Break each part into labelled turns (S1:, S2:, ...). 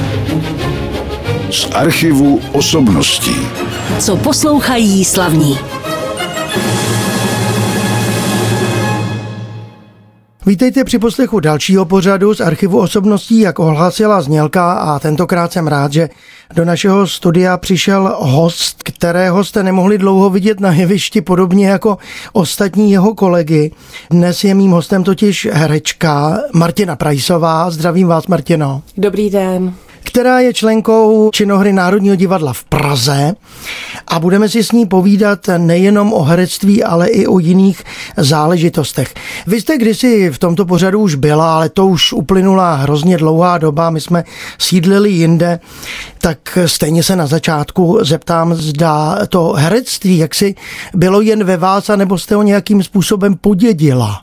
S1: Z archivu osobností.
S2: Co poslouchají slavní.
S3: Vítejte při poslechu dalšího pořadu z archivu osobností, jak ohlásila znělka, a tentokrát jsem rád, že do našeho studia přišel host, kterého jste nemohli dlouho vidět na jevišti, podobně jako ostatní jeho kolegy. Dnes je mým hostem totiž herečka Martina Praisová. Zdravím vás, Martino.
S4: Dobrý den.
S3: Která je členkou činohry Národního divadla v Praze a budeme si s ní povídat nejenom o herectví, ale i o jiných záležitostech. Vy jste kdysi v tomto pořadu už byla, ale to už uplynula hrozně dlouhá doba, my jsme sídlili jinde, tak stejně se na začátku zeptám, zda to herectví jaksi bylo jen ve vás, anebo jste ho nějakým způsobem podědila?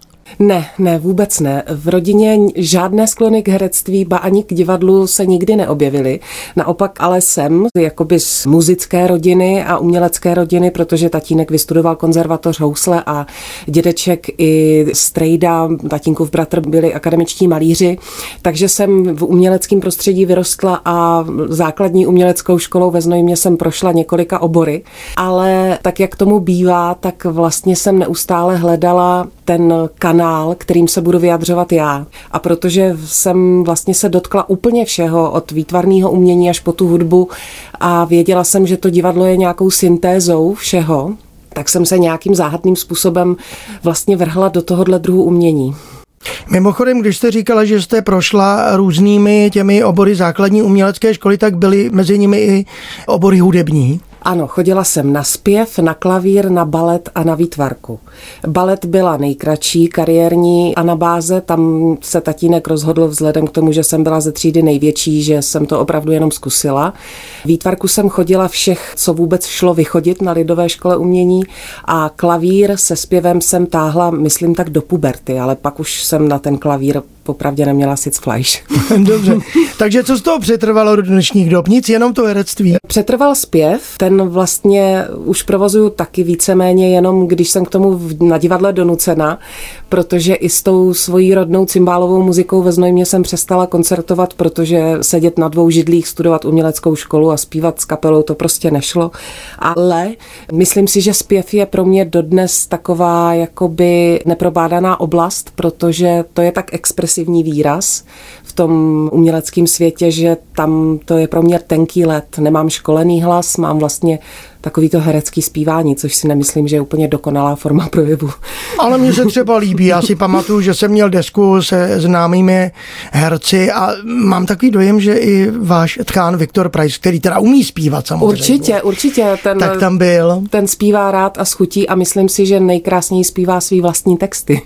S4: Ne, vůbec ne. V rodině žádné sklony k herectví, ba ani k divadlu se nikdy neobjevily. Naopak ale jsem jakoby z muzické rodiny a umělecké rodiny, protože tatínek vystudoval konzervatoř housle a dědeček i strejda, tatínkův bratr byli akademičtí malíři, takže jsem v uměleckém prostředí vyrostla a základní uměleckou školou ve Znojmě jsem prošla několika obory, ale tak jak tomu bývá, tak vlastně jsem neustále hledala ten kanál, kterým se budu vyjadřovat já. A protože jsem vlastně se dotkla úplně všeho, od výtvarného umění až po tu hudbu a věděla jsem, že to divadlo je nějakou syntézou všeho, tak jsem se nějakým záhadným způsobem vlastně vrhla do tohohle druhu umění.
S3: Mimochodem, když jste říkala, že jste prošla různými těmi obory základní umělecké školy, tak byly mezi nimi i obory hudební?
S4: Ano, chodila jsem na zpěv, na klavír, na balet a na výtvarku. Balet byla nejkratší kariérní anabáze, tam se tatínek rozhodl vzhledem k tomu, že jsem byla ze třídy největší, že jsem to opravdu jenom zkusila. Výtvarku jsem chodila všech, co vůbec šlo vychodit na Lidové škole umění, a klavír se zpěvem jsem táhla, myslím tak do puberty, ale pak už jsem na ten klavír popravdě neměla Sitzfleisch.
S3: Dobře, takže co z toho přetrvalo do dnešních dob? Nic, jenom to herectví?
S4: Přetrval zpěv, ten vlastně už provozuju taky víceméně jenom, když jsem k tomu na divadle donucena, protože i s tou svojí rodnou cymbálovou muzikou ve Znojmě jsem přestala koncertovat, protože sedět na 2 židlích, studovat uměleckou školu a zpívat s kapelou, to prostě nešlo. Ale myslím si, že zpěv je pro mě dodnes taková jakoby neprobádaná oblast, protože to je tak expresivní výraz v tom uměleckém světě, že tam to je pro mě tenký led. Nemám školený hlas, mám vlastně takovýto herecký zpívání, což si nemyslím, že je úplně dokonalá forma projevu.
S3: Ale mně se třeba líbí, já si pamatuju, že jsem měl desku se známými herci a mám takový dojem, že i váš tchán Viktor Prais, který teda umí zpívat samozřejmě.
S4: Určitě.
S3: Tak tam byl.
S4: Ten zpívá rád a schutí a myslím si, že nejkrásněji zpívá svý vlastní texty.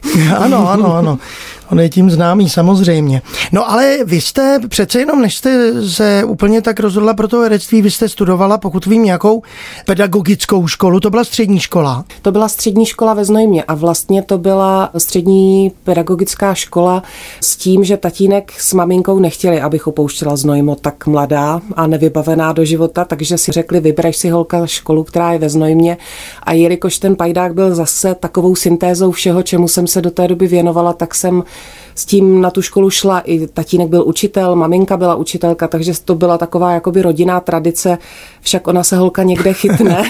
S3: Ano. On je tím známý, samozřejmě. No ale vy jste přece jenom, než jste se úplně tak rozhodla pro to herectví, vy jste studovala, pokud vím, nějakou pedagogickou školu, to byla střední škola?
S4: To byla střední škola ve Znojmě a vlastně to byla střední pedagogická škola s tím, že tatínek s maminkou nechtěli, abych opouštěla Znojmo tak mladá a nevybavená do života, takže si řekli, vybereš si, holka, školu, která je ve Znojmě, a jelikož ten pajdák byl zase takovou syntézou všeho, čemu jsem se do té doby věnovala, tak jsem s tím na tu školu šla. I tatínek byl učitel, maminka byla učitelka, takže to byla taková jakoby rodinná tradice, však ona se holka někde chytne,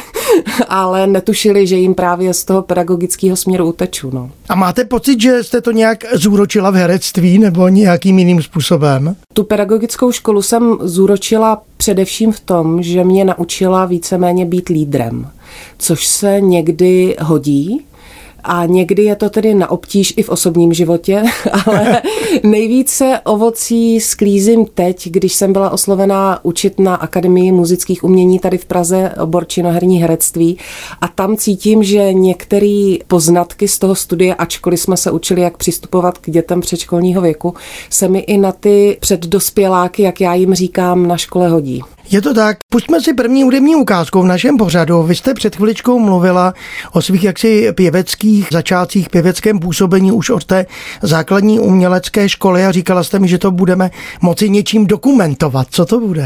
S4: ale netušili, že jim právě z toho pedagogického směru uteču. No.
S3: A máte pocit, že jste to nějak zúročila v herectví nebo nějakým jiným způsobem?
S4: Tu pedagogickou školu jsem zúročila především v tom, že mě naučila víceméně být lídrem, což se někdy hodí, a někdy je to tedy na obtíž i v osobním životě, ale nejvíce ovocí sklízím teď, když jsem byla oslovená učit na Akademii muzických umění tady v Praze obor činoherní herectví, a tam cítím, že některé poznatky z toho studia, ačkoliv jsme se učili, jak přistupovat k dětem předškolního věku, se mi i na ty předdospěláky, jak já jim říkám, na škole hodí.
S3: Je to tak. Pustíme si první hudební ukázku v našem pořadu. Vy jste před chviličkou mluvila o svých jaksi pěveckých začátcích, pěveckém působení už od té základní umělecké školy a říkala jste mi, že to budeme moci něčím dokumentovat. Co to bude?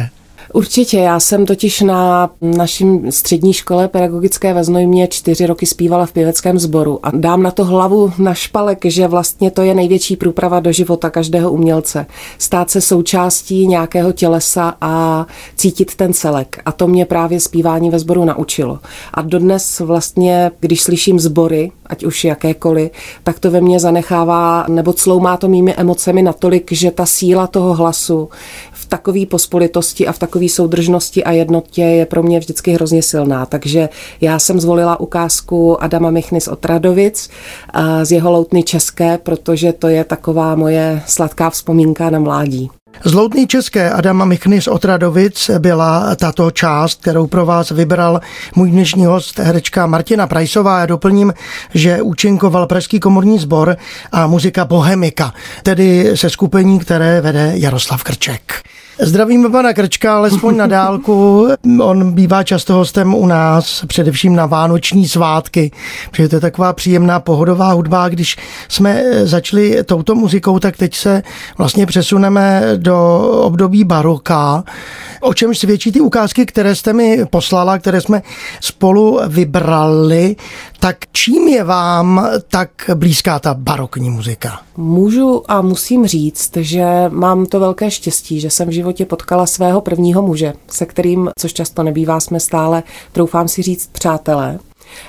S4: Určitě, já jsem totiž na naším střední škole pedagogické ve Znojmě 4 roky zpívala v pěveckém sboru a dám na to hlavu na špalek, že vlastně to je největší průprava do života každého umělce. Stát se součástí nějakého tělesa a cítit ten celek. A to mě právě zpívání ve sboru naučilo. A dodnes vlastně, když slyším sbory, ať už jakékoliv, tak to ve mně zanechává, nebo cloumá to mými emocemi natolik, že ta síla toho hlasu v takové pospolitosti a v takové soudržnosti a jednotě je pro mě vždycky hrozně silná. Takže já jsem zvolila ukázku Adama Michny z Otradovic z jeho Loutny České, protože to je taková moje sladká vzpomínka na mládí.
S3: Z Loutny České Adama Michny z Otradovic byla tato část, kterou pro vás vybral můj dnešní host, herečka Martina Praisová. Já doplním, že účinkoval Pražský komorní sbor a muzika Bohemika, tedy se skupení, které vede Jaroslav Krček. Zdravíme pana Krčka, alespoň na dálku. On bývá často hostem u nás, především na vánoční svátky, protože to je taková příjemná pohodová hudba. Když jsme začali touto muzikou, tak teď se vlastně přesuneme do období baroka, o čemž svědčí ty ukázky, které jste mi poslala, které jsme spolu vybrali. Tak čím je vám tak blízká ta barokní muzika?
S4: Můžu a musím říct, že mám to velké štěstí, že jsem v životě potkala svého prvního muže, se kterým, což často nebývá, jsme stále, troufám si říct, přátelé.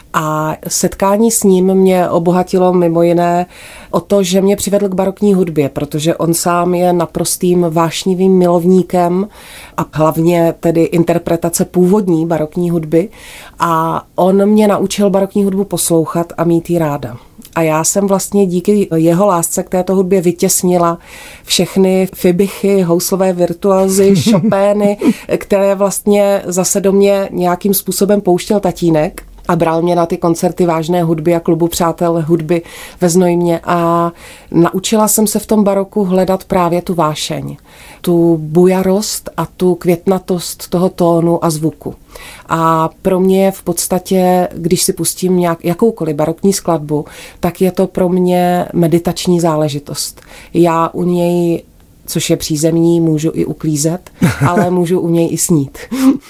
S4: A setkání s ním mě obohatilo mimo jiné o to, že mě přivedl k barokní hudbě, protože on sám je naprostým vášnivým milovníkem a hlavně tedy interpretace původní barokní hudby a on mě naučil barokní hudbu poslouchat a mít ji ráda. A já jsem vlastně díky jeho lásce k této hudbě vytěsnila všechny Fibichy, houslové virtuózy, Chopiny, které vlastně zase do mě nějakým způsobem pouštěl tatínek. A bral mě na ty koncerty vážné hudby a klubu přátel hudby ve Znojmě a naučila jsem se v tom baroku hledat právě tu vášeň, tu bujarost a tu květnatost toho tónu a zvuku. A pro mě je v podstatě, když si pustím jakoukoliv barokní skladbu, tak je to pro mě meditační záležitost. Já u něj, což je přízemní, můžu i uklízet, ale můžu u něj i snít.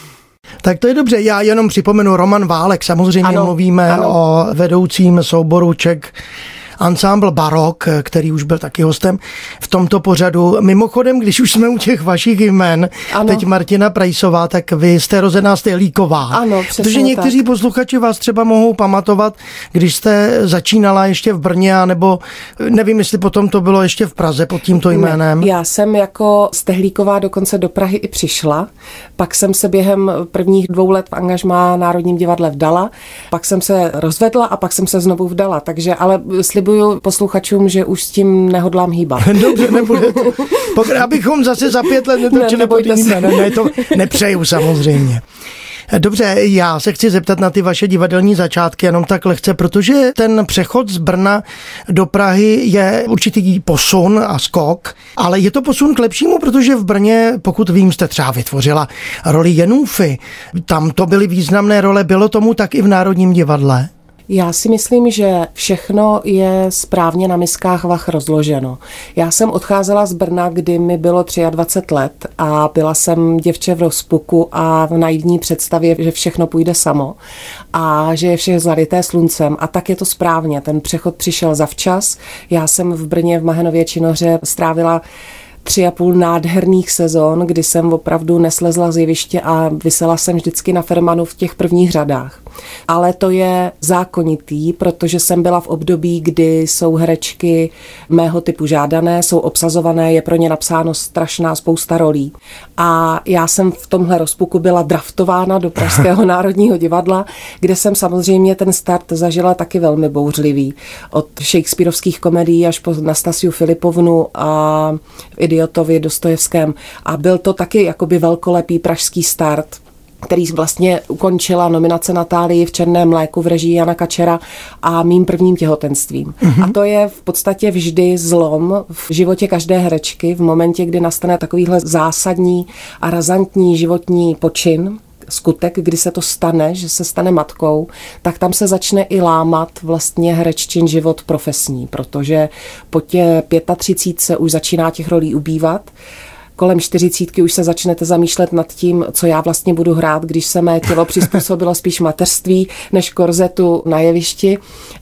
S3: Tak to je dobře, já jenom připomenu Roman Válek, samozřejmě mluvíme o vedoucím souboru Czech Ensemble Barok, který už byl taky hostem v tomto pořadu. Mimochodem, když už jsme u těch vašich jmen, teď Martina Praisová, tak vy jste rozená Stehlíková.
S4: Ano, přesně.
S3: Protože někteří posluchači vás třeba mohou pamatovat, když jste začínala ještě v Brně, nebo nevím, jestli potom to bylo ještě v Praze pod tímto jménem.
S4: Já jsem jako Stehlíková dokonce do Prahy i přišla, pak jsem se během prvních 2 let v angažmá Národním divadle vdala, pak jsem se rozvedla a pak jsem se znovu vdala, takže ale slibuju posluchačům, že už s tím nehodlám hýbat.
S3: Dobře, nebude to. Abychom zase za 5 let netočili pod jiným jménem. Ne, to nepřeju samozřejmě. Dobře, já se chci zeptat na ty vaše divadelní začátky jenom tak lehce, protože ten přechod z Brna do Prahy je určitý posun a skok, ale je to posun k lepšímu, protože v Brně, pokud vím, jste třeba vytvořila roli Jenůfy. Tam to byly významné role, bylo tomu tak i v Národním divadle?
S4: Já si myslím, že všechno je správně na miskách vah rozloženo. Já jsem odcházela z Brna, kdy mi bylo 23 let a byla jsem děvče v rozpuku a v naivní představě, že všechno půjde samo a že je vše zalité sluncem. A tak je to správně. Ten přechod přišel zavčas. Já jsem v Brně v Mahenově Činohře strávila 3,5 nádherných sezon, kdy jsem opravdu neslezla z jeviště a visela jsem vždycky na Fermanu v těch prvních řadách. Ale to je zákonitý, protože jsem byla v období, kdy jsou herečky mého typu žádané, jsou obsazované, je pro ně napsáno strašná spousta rolí. A já jsem v tomhle rozpuku byla draftována do Pražského národního divadla, kde jsem samozřejmě ten start zažila taky velmi bouřlivý. Od shakespearovských komedií až po Nastasiu Filipovnu a Idiotovi, Dostojevském. A byl to taky jakoby velkolepý pražský start, který vlastně ukončila nominace Natálii v Černém mléku v režii Jana Kačera a mým prvním těhotenstvím. A to je v podstatě vždy zlom v životě každé herečky v momentě, kdy nastane takovýhle zásadní a razantní životní počin, skutek, kdy se to stane, že se stane matkou, tak tam se začne i lámat vlastně hereččin život profesní, protože po tě 35 se už začíná těch rolí ubývat kolem 40 už se začnete zamýšlet nad tím, co já vlastně budu hrát, když se mé tělo přizpůsobilo spíš mateřství než korzetu na jevišti.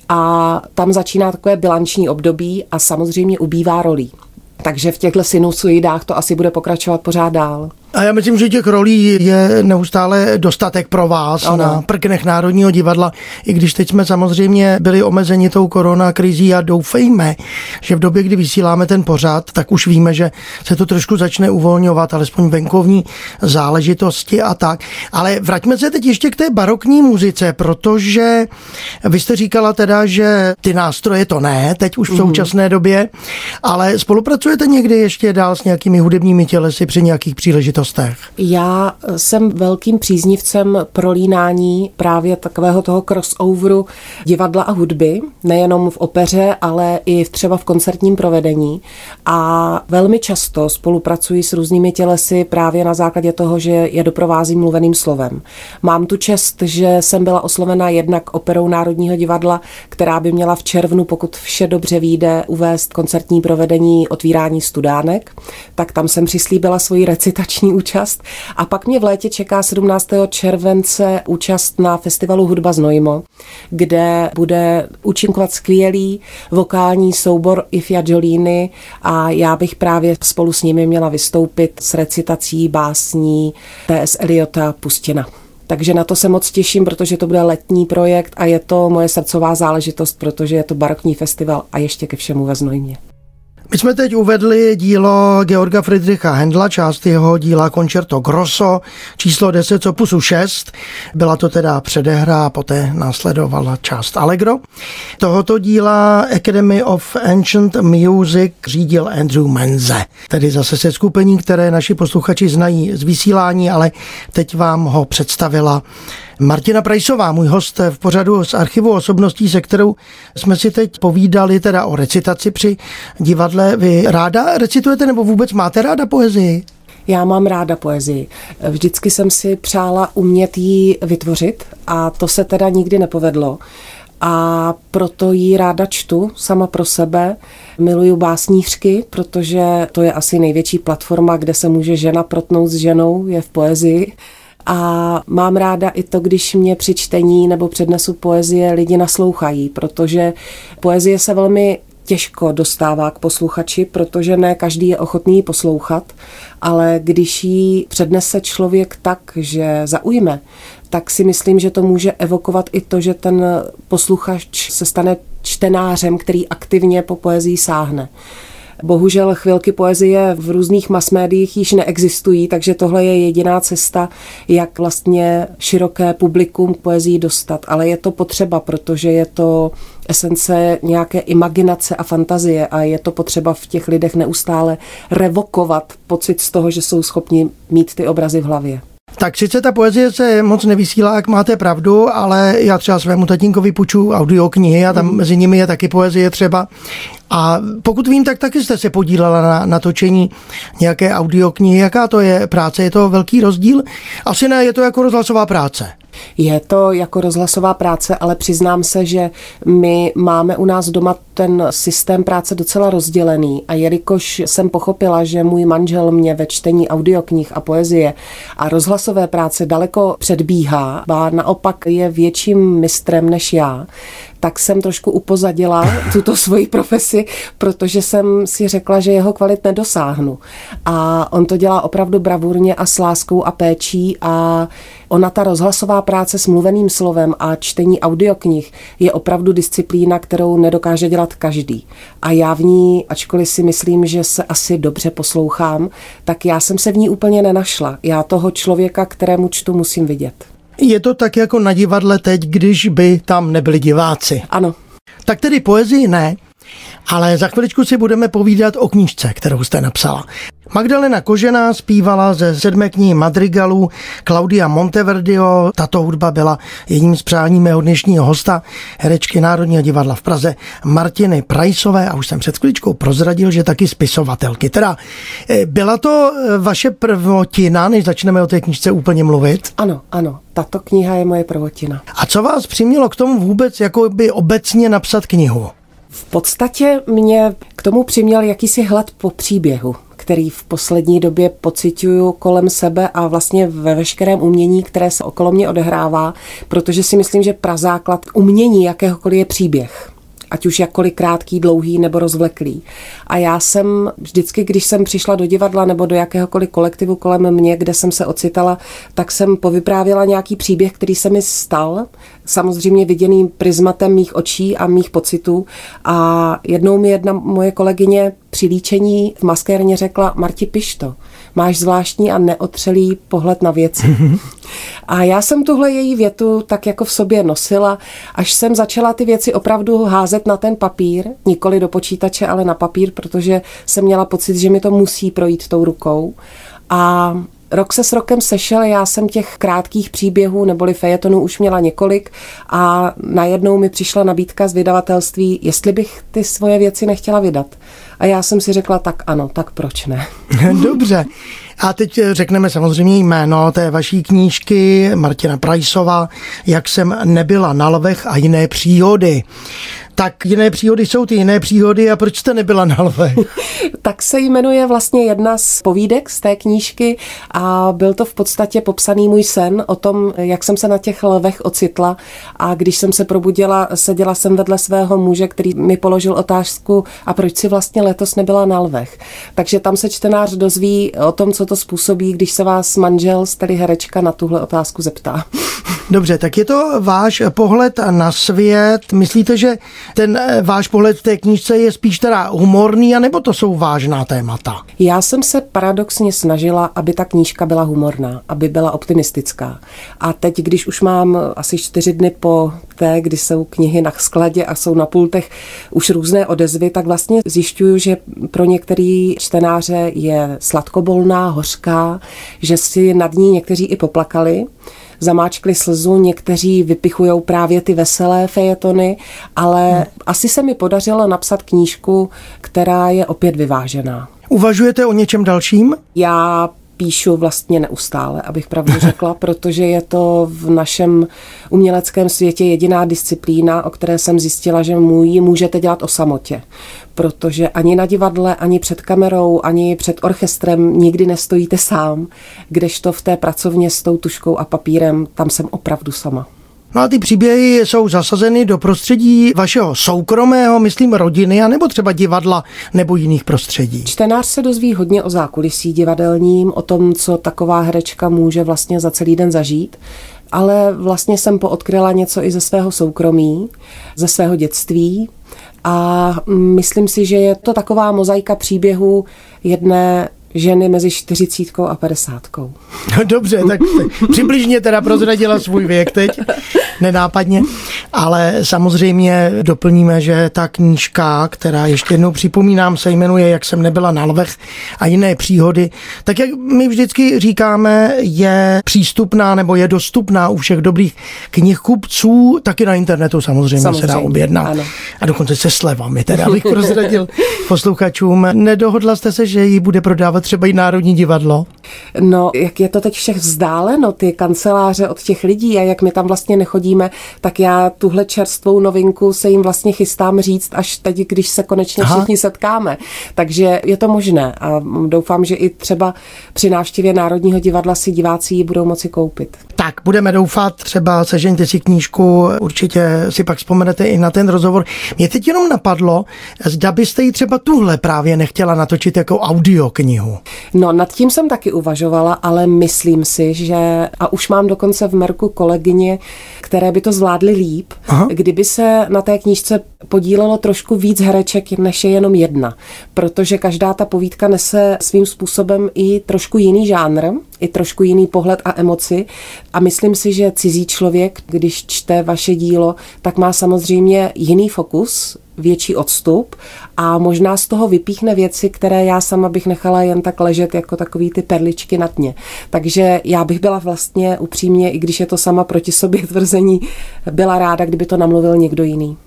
S4: A tam začíná takové bilanční období a samozřejmě ubývá rolí. Takže v těchto sinusoidách to asi bude pokračovat pořád dál.
S3: A já myslím, že těch rolí je neustále dostatek pro vás na prknech Národního divadla, i když teď jsme samozřejmě byli omezeni tou koronakrizí a doufejme, že v době, kdy vysíláme ten pořad, tak už víme, že se to trošku začne uvolňovat, alespoň venkovní záležitosti a tak. Ale vraťme se teď ještě k té barokní muzice, protože vy jste říkala teda, že ty nástroje to ne, teď už v současné době, ale spolupracujete někdy ještě dál s nějakými hudebními tělesy při nějakých příležitostech?
S4: Já jsem velkým příznivcem prolínání právě takového toho crossoveru divadla a hudby, nejenom v opeře, ale i třeba v koncertním provedení. A velmi často spolupracuji s různými tělesy právě na základě toho, že je doprovázím mluveným slovem. Mám tu čest, že jsem byla oslovena jednak Operou Národního divadla, která by měla v červnu, pokud vše dobře vyjde, uvést koncertní provedení Otvírání studánek, tak tam jsem přislíbila svoji recitační účast. A pak mě v létě čeká 17. července účast na festivalu Hudba Znojmo, kde bude účinkovat skvělý vokální soubor I Fagiolini a já bych právě spolu s nimi měla vystoupit s recitací básní T.S. Eliota Pustina. Takže na to se moc těším, protože to bude letní projekt a je to moje srdcová záležitost, protože je to barokní festival a ještě ke všemu ve Znojmě.
S3: My jsme teď uvedli dílo Georga Friedricha Händla, část jeho díla Concerto Grosso, číslo 10 z opusu 6. Byla to teda předehra a poté následovala část Allegro. Tohoto díla Academy of Ancient Music řídil Andrew Menze, tedy zase se skupení, které naši posluchači znají z vysílání, ale teď vám ho představila Martina Praisová, můj host v pořadu z archivu osobností, se kterou jsme si teď povídali teda o recitaci při divadle. Vy ráda recitujete nebo vůbec máte ráda poezii?
S4: Já mám ráda poezii. Vždycky jsem si přála umět ji vytvořit a to se teda nikdy nepovedlo. A proto ji ráda čtu sama pro sebe. Miluju básnířky, protože to je asi největší platforma, kde se může žena protnout s ženou, je v poezii. A mám ráda i to, když mě při čtení nebo přednesu poezie lidi naslouchají, protože poezie se velmi těžko dostává k posluchači, protože ne každý je ochotný ji poslouchat, ale když ji přednese člověk tak, že zaujme, tak si myslím, že to může evokovat i to, že ten posluchač se stane čtenářem, který aktivně po poezii sáhne. Bohužel chvilky poezie v různých masmédiích již neexistují, takže tohle je jediná cesta, jak vlastně široké publikum k poezii dostat. Ale je to potřeba, protože je to esence nějaké imaginace a fantazie a je to potřeba v těch lidech neustále revokovat pocit z toho, že jsou schopni mít ty obrazy v hlavě.
S3: Tak sice ta poezie se moc nevysílá, jak máte pravdu, ale já třeba svému tatínkovi půjču audioknihy a tam mezi nimi je taky poezie třeba. A pokud vím, tak taky jste se podílela na natočení nějaké audioknihy. Jaká to je práce? Je to velký rozdíl? Asi ne, je to jako rozhlasová práce.
S4: Je to jako rozhlasová práce, ale přiznám se, že my máme u nás doma ten systém práce docela rozdělený a jelikož jsem pochopila, že můj manžel mě ve čtení audioknih a poezie a rozhlasové práce daleko předbíhá, a naopak je větším mistrem než já, tak jsem trošku upozadila tuto svoji profesi, protože jsem si řekla, že jeho kvalit nedosáhnu. A on to dělá opravdu bravurně a s láskou a péčí a ona ta rozhlasová práce s mluveným slovem a čtení audioknih je opravdu disciplína, kterou nedokáže dělat každý. A já v ní, ačkoliv si myslím, že se asi dobře poslouchám, tak já jsem se v ní úplně nenašla. Já toho člověka, kterému čtu, musím vidět.
S3: Je to tak jako na divadle teď, když by tam nebyli diváci.
S4: Ano.
S3: Tak tedy poezii ne, ale za chviličku si budeme povídat o knížce, kterou jste napsala. Magdalena Kožená zpívala ze 7 knih madrigalů Claudia Monteverdiho. Tato hudba byla jedním z přání mého dnešního hosta, herečky Národního divadla v Praze Martiny Praisové, a už jsem před chvíličkou prozradil, že taky spisovatelky. Teda byla to vaše prvotina, než začneme o té knížce úplně mluvit?
S4: Ano, tato kniha je moje prvotina.
S3: A co vás přimělo k tomu vůbec jakoby obecně napsat knihu?
S4: V podstatě mě k tomu přiměl jakýsi hlad po příběhu, který v poslední době pociťuju kolem sebe a vlastně ve veškerém umění, které se okolo mě odehrává, protože si myslím, že prazáklad umění jakéhokoliv je příběh. Ať už jakkoliv krátký, dlouhý nebo rozvleklý. A já jsem vždycky, když jsem přišla do divadla nebo do jakéhokoliv kolektivu kolem mě, kde jsem se ocitala, tak jsem povyprávěla nějaký příběh, který se mi stal, samozřejmě viděným prismatem mých očí a mých pocitů. A jednou mi jedna moje kolegyně při líčení v maskérně řekla: Marti, piš to. Máš zvláštní a neotřelý pohled na věci. A já jsem tuhle její větu tak jako v sobě nosila, až jsem začala ty věci opravdu házet na ten papír, nikoli do počítače, ale na papír, protože jsem měla pocit, že mi to musí projít tou rukou. A rok se s rokem sešel, já jsem těch krátkých příběhů neboli fejetonů už měla několik a najednou mi přišla nabídka z vydavatelství, jestli bych ty svoje věci nechtěla vydat. A já jsem si řekla, tak ano, tak proč ne?
S3: Dobře. A teď řekneme samozřejmě jméno té vaší knížky, Martina Praisová, Jak jsem nebyla na lvech a jiné příhody. Tak jiné příhody jsou ty jiné příhody a proč jste nebyla na lvech?
S4: Tak se jmenuje vlastně jedna z povídek z té knížky a byl to v podstatě popsaný můj sen o tom, jak jsem se na těch lvech ocitla a když jsem se probudila, seděla jsem vedle svého muže, který mi položil otázku, a proč si vlastně letos nebyla na lvech. Takže tam se čtenář dozví o tom, co to způsobí, když se vás manžel, tedy herečka, na tuhle otázku zeptá.
S3: Dobře, tak je to váš pohled na svět. Myslíte, že ten váš pohled v té knížce je spíš teda humorný, anebo to jsou vážná témata?
S4: Já jsem se paradoxně snažila, aby ta knížka byla humorná, aby byla optimistická. A teď, když už mám asi 4 dny po té, kdy jsou knihy na skladě a jsou na pultech už různé odezvy, tak vlastně zjišťuju, že pro některý čtenáře je sladkobolná, hořká, že si nad ní někteří i poplakali, zamáčkli slzu, někteří vypichujou právě ty veselé fejetony, ale asi se mi podařilo napsat knížku, která je opět vyvážená.
S3: Uvažujete o něčem dalším?
S4: Já píšu vlastně neustále, abych pravdu řekla, protože je to v našem uměleckém světě jediná disciplína, o které jsem zjistila, že ji můžete dělat o samotě. Protože ani na divadle, ani před kamerou, ani před orchestrem nikdy nestojíte sám, kdežto v té pracovně s tou tuškou a papírem, tam jsem opravdu sama.
S3: No a ty příběhy jsou zasazeny do prostředí vašeho soukromého, myslím rodiny, anebo třeba divadla nebo jiných prostředí?
S4: Čtenář se dozví hodně o zákulisí divadelním, o tom, co taková herečka může vlastně za celý den zažít, ale vlastně jsem poodkryla něco i ze svého soukromí, ze svého dětství a myslím si, že je to taková mozaika příběhů jedné ženy mezi 40 a 50.
S3: Dobře, tak přibližně teda prozradila svůj věk teď, nenápadně, ale samozřejmě doplníme, že ta knížka, která ještě jednou připomínám, se jmenuje Jak jsem nebyla na lvech a jiné příhody, tak jak my vždycky říkáme, je přístupná nebo je dostupná u všech dobrých knihkupců, taky na internetu samozřejmě se dá objednat. Ano. A dokonce se slevami, teda abych prozradil posluchačům. Nedohodla jste se, že ji bude prodávat třeba i Národní divadlo?
S4: No, jak je to teď všech vzdáleno, ty kanceláře od těch lidí a jak my tam vlastně nechodíme, tak já tuhle čerstvou novinku se jim vlastně chystám říct až teď, když se konečně všichni setkáme. Takže je to možné a doufám, že i třeba při návštěvě Národního divadla si diváci ji budou moci koupit.
S3: Tak, budeme doufat, třeba sežeňte si knížku, určitě si pak vzpomenete i na ten rozhovor. Mě teď jenom napadlo, zda byste ji třeba tuhle právě nechtěla natočit jako audioknihu.
S4: No, nad tím jsem taky uvažovala, ale myslím si, že, a už mám dokonce v merku kolegyně, které by to zvládly líp, kdyby se na té knížce podílelo trošku víc hereček, než je jenom jedna. Protože každá ta povídka nese svým způsobem i trošku jiný žánr, i trošku jiný pohled a emoci. A myslím si, že cizí člověk, když čte vaše dílo, tak má samozřejmě jiný fokus, větší odstup a možná z toho vypíchne věci, které já sama bych nechala jen tak ležet jako takový ty perličky na dně. Takže já bych byla vlastně upřímně, i když je to sama proti sobě tvrzení, byla ráda, kdyby to namluvil někdo jiný.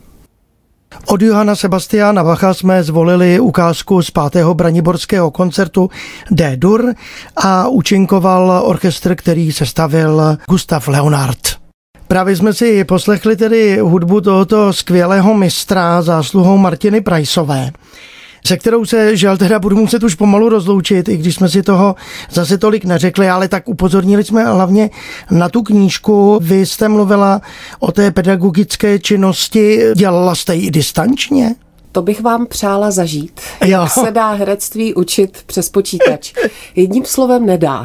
S3: Od Johanna Sebastiana Bacha jsme zvolili ukázku z 5. braniborského koncertu D-dur a účinkoval orchestr, který sestavil Gustav Leonhardt. Právě jsme si poslechli tedy hudbu tohoto skvělého mistra zásluhou Martiny Praisové. se kterou se žel teda budu muset už pomalu rozloučit, i když jsme si toho zase tolik neřekli, ale tak upozornili jsme hlavně na tu knížku. Vy jste mluvila o té pedagogické činnosti, dělala jste ji distančně?
S4: To bych vám přála zažít. Jak se dá herectví učit přes počítač? Jedním slovem nedá.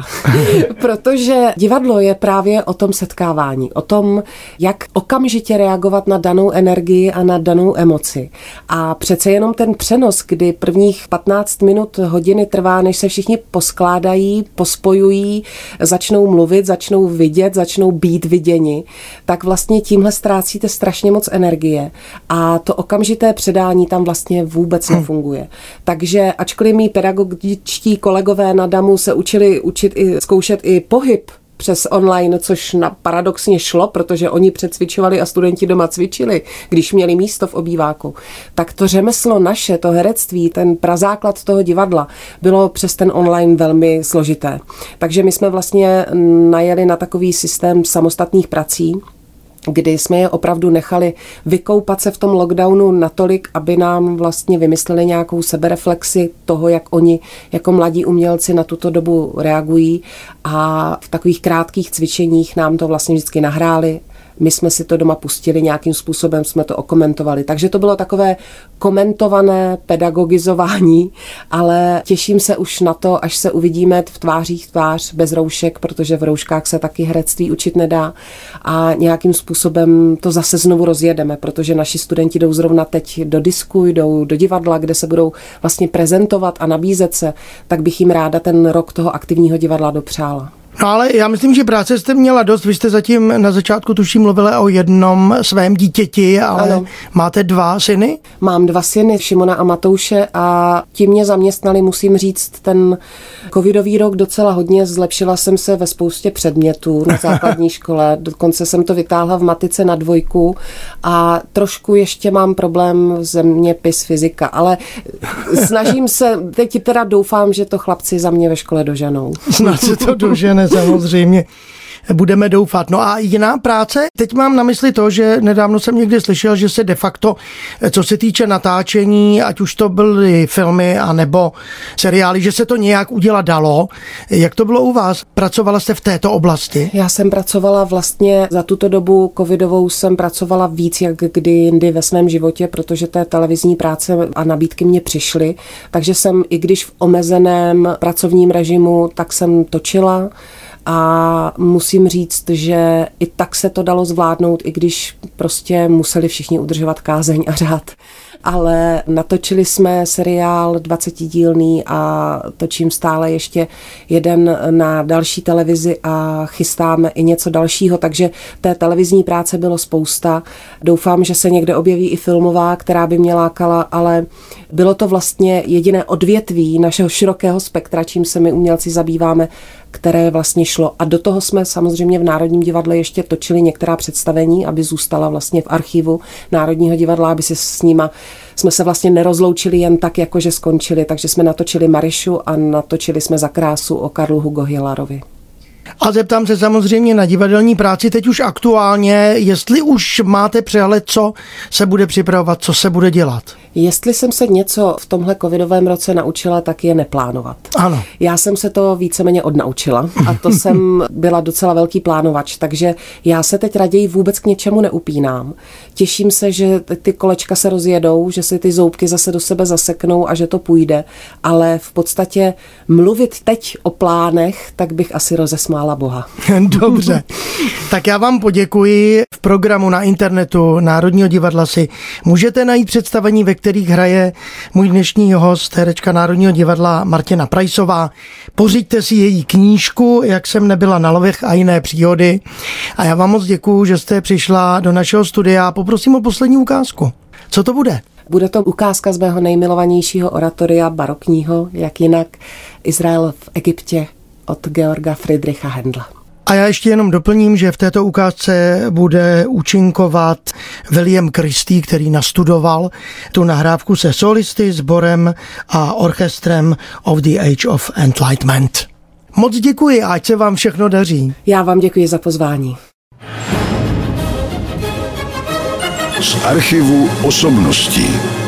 S4: Protože divadlo je právě o tom setkávání, o tom, jak okamžitě reagovat na danou energii a na danou emoci. A přece jenom ten přenos, kdy prvních 15 minut, hodiny trvá, než se všichni poskládají, pospojují, začnou mluvit, začnou vidět, začnou být viděni, tak vlastně tímhle ztrácíte strašně moc energie. A to okamžité předání tam vlastně vůbec nefunguje. Takže ačkoliv mý pedagogičtí kolegové na DAMu se učili zkoušet i pohyb přes online, což paradoxně šlo, protože oni předcvičovali a studenti doma cvičili, když měli místo v obýváku. Tak to řemeslo naše, to herectví, ten prazáklad toho divadla bylo přes ten online velmi složité. Takže my jsme vlastně najeli na takový systém samostatných prací, kdy jsme je opravdu nechali vykoupat se v tom lockdownu natolik, aby nám vlastně vymysleli nějakou sebereflexi toho, jak oni jako mladí umělci na tuto dobu reagují, a v takových krátkých cvičeních nám to vlastně vždycky nahráli. My jsme si to doma pustili, nějakým způsobem jsme to okomentovali. Takže to bylo takové komentované pedagogizování, ale těším se už na to, až se uvidíme v tvářích tvář bez roušek, protože v rouškách se taky herectví učit nedá, a nějakým způsobem to zase znovu rozjedeme, protože naši studenti jdou zrovna teď do disku, jdou do divadla, kde se budou vlastně prezentovat a nabízet se, tak bych jim ráda ten rok toho aktivního divadla dopřála.
S3: No ale já myslím, že práce jste měla dost. Vy jste zatím na začátku tuším mluvila o jednom svém dítěti, ale ano. Máte 2 syny?
S4: Mám 2 syny, Šimona a Matouše, a ti mě zaměstnali, musím říct, ten covidový rok docela hodně. Zlepšila jsem se ve spoustě předmětů na základní škole. Dokonce jsem to vytáhla v matice na 2 a trošku ještě mám problém zeměpis, fyzika, ale snažím se, teď teda doufám, že to chlapci za mě ve škole doženou.
S3: Snad se to dožene. Samozřejmě budeme doufat. No a jiná práce, teď mám na mysli to, že nedávno jsem někdy slyšel, že se de facto, co se týče natáčení, ať už to byly filmy anebo seriály, že se to nějak udělat dalo. Jak to bylo u vás? Pracovala jste v této oblasti?
S4: Já jsem pracovala vlastně za tuto dobu covidovou, jsem pracovala víc jak kdy jindy ve svém životě, protože té televizní práce a nabídky mě přišly, takže jsem, i když v omezeném pracovním režimu, tak jsem točila. A musím říct, že i tak se to dalo zvládnout, i když prostě museli všichni udržovat kázeň a řád. Ale natočili jsme seriál 20dílný a točím stále ještě jeden na další televizi a chystáme i něco dalšího, takže té televizní práce bylo spousta. Doufám, že se někde objeví i filmová, která by mě lákala, ale bylo to vlastně jediné odvětví našeho širokého spektra, čím se my umělci zabýváme, které vlastně šlo. A do toho jsme samozřejmě v Národním divadle ještě točili některá představení, aby zůstala vlastně v archivu Národního divadla, aby si s nima jsme se vlastně nerozloučili jen tak, jakože skončili. Takže jsme natočili Marišu a natočili jsme Za krásu o Karlu Hugo Hilarovi.
S3: A zeptám se samozřejmě na divadelní práci teď už aktuálně, jestli už máte přehled, co se bude připravovat, co se bude dělat.
S4: Jestli jsem se něco v tomhle covidovém roce naučila, tak je neplánovat.
S3: Ano.
S4: Já jsem se to víceméně odnaučila a to jsem byla docela velký plánovač, takže já se teď raději vůbec k něčemu neupínám. Těším se, že ty kolečka se rozjedou, že si ty zoubky zase do sebe zaseknou a že to půjde, ale v podstatě mluvit teď o plánech, tak bych asi rozesmála Boha.
S3: Dobře, tak já vám poděkuji. V programu na internetu Národního divadla si můžete najít představení, ve kterých hraje můj dnešní host, herečka Národního divadla Martina Praisová. Pořiďte si její knížku, Jak jsem nebyla na lovech a jiné příhody. A já vám moc děkuju, že jste přišla do našeho studia. Poprosím o poslední ukázku. Co to bude?
S4: Bude to ukázka z mého nejmilovanějšího oratoria barokního, jak jinak, Izrael v Egyptě od Georga Friedricha Händla.
S3: A já ještě jenom doplním, že v této ukázce bude účinkovat William Christie, který nastudoval tu nahrávku se solisty, sborem a orchestrem of the Age of Enlightenment. Moc děkuji a ať se vám všechno daří.
S4: Já vám děkuji za pozvání.
S1: Z archivu osobností.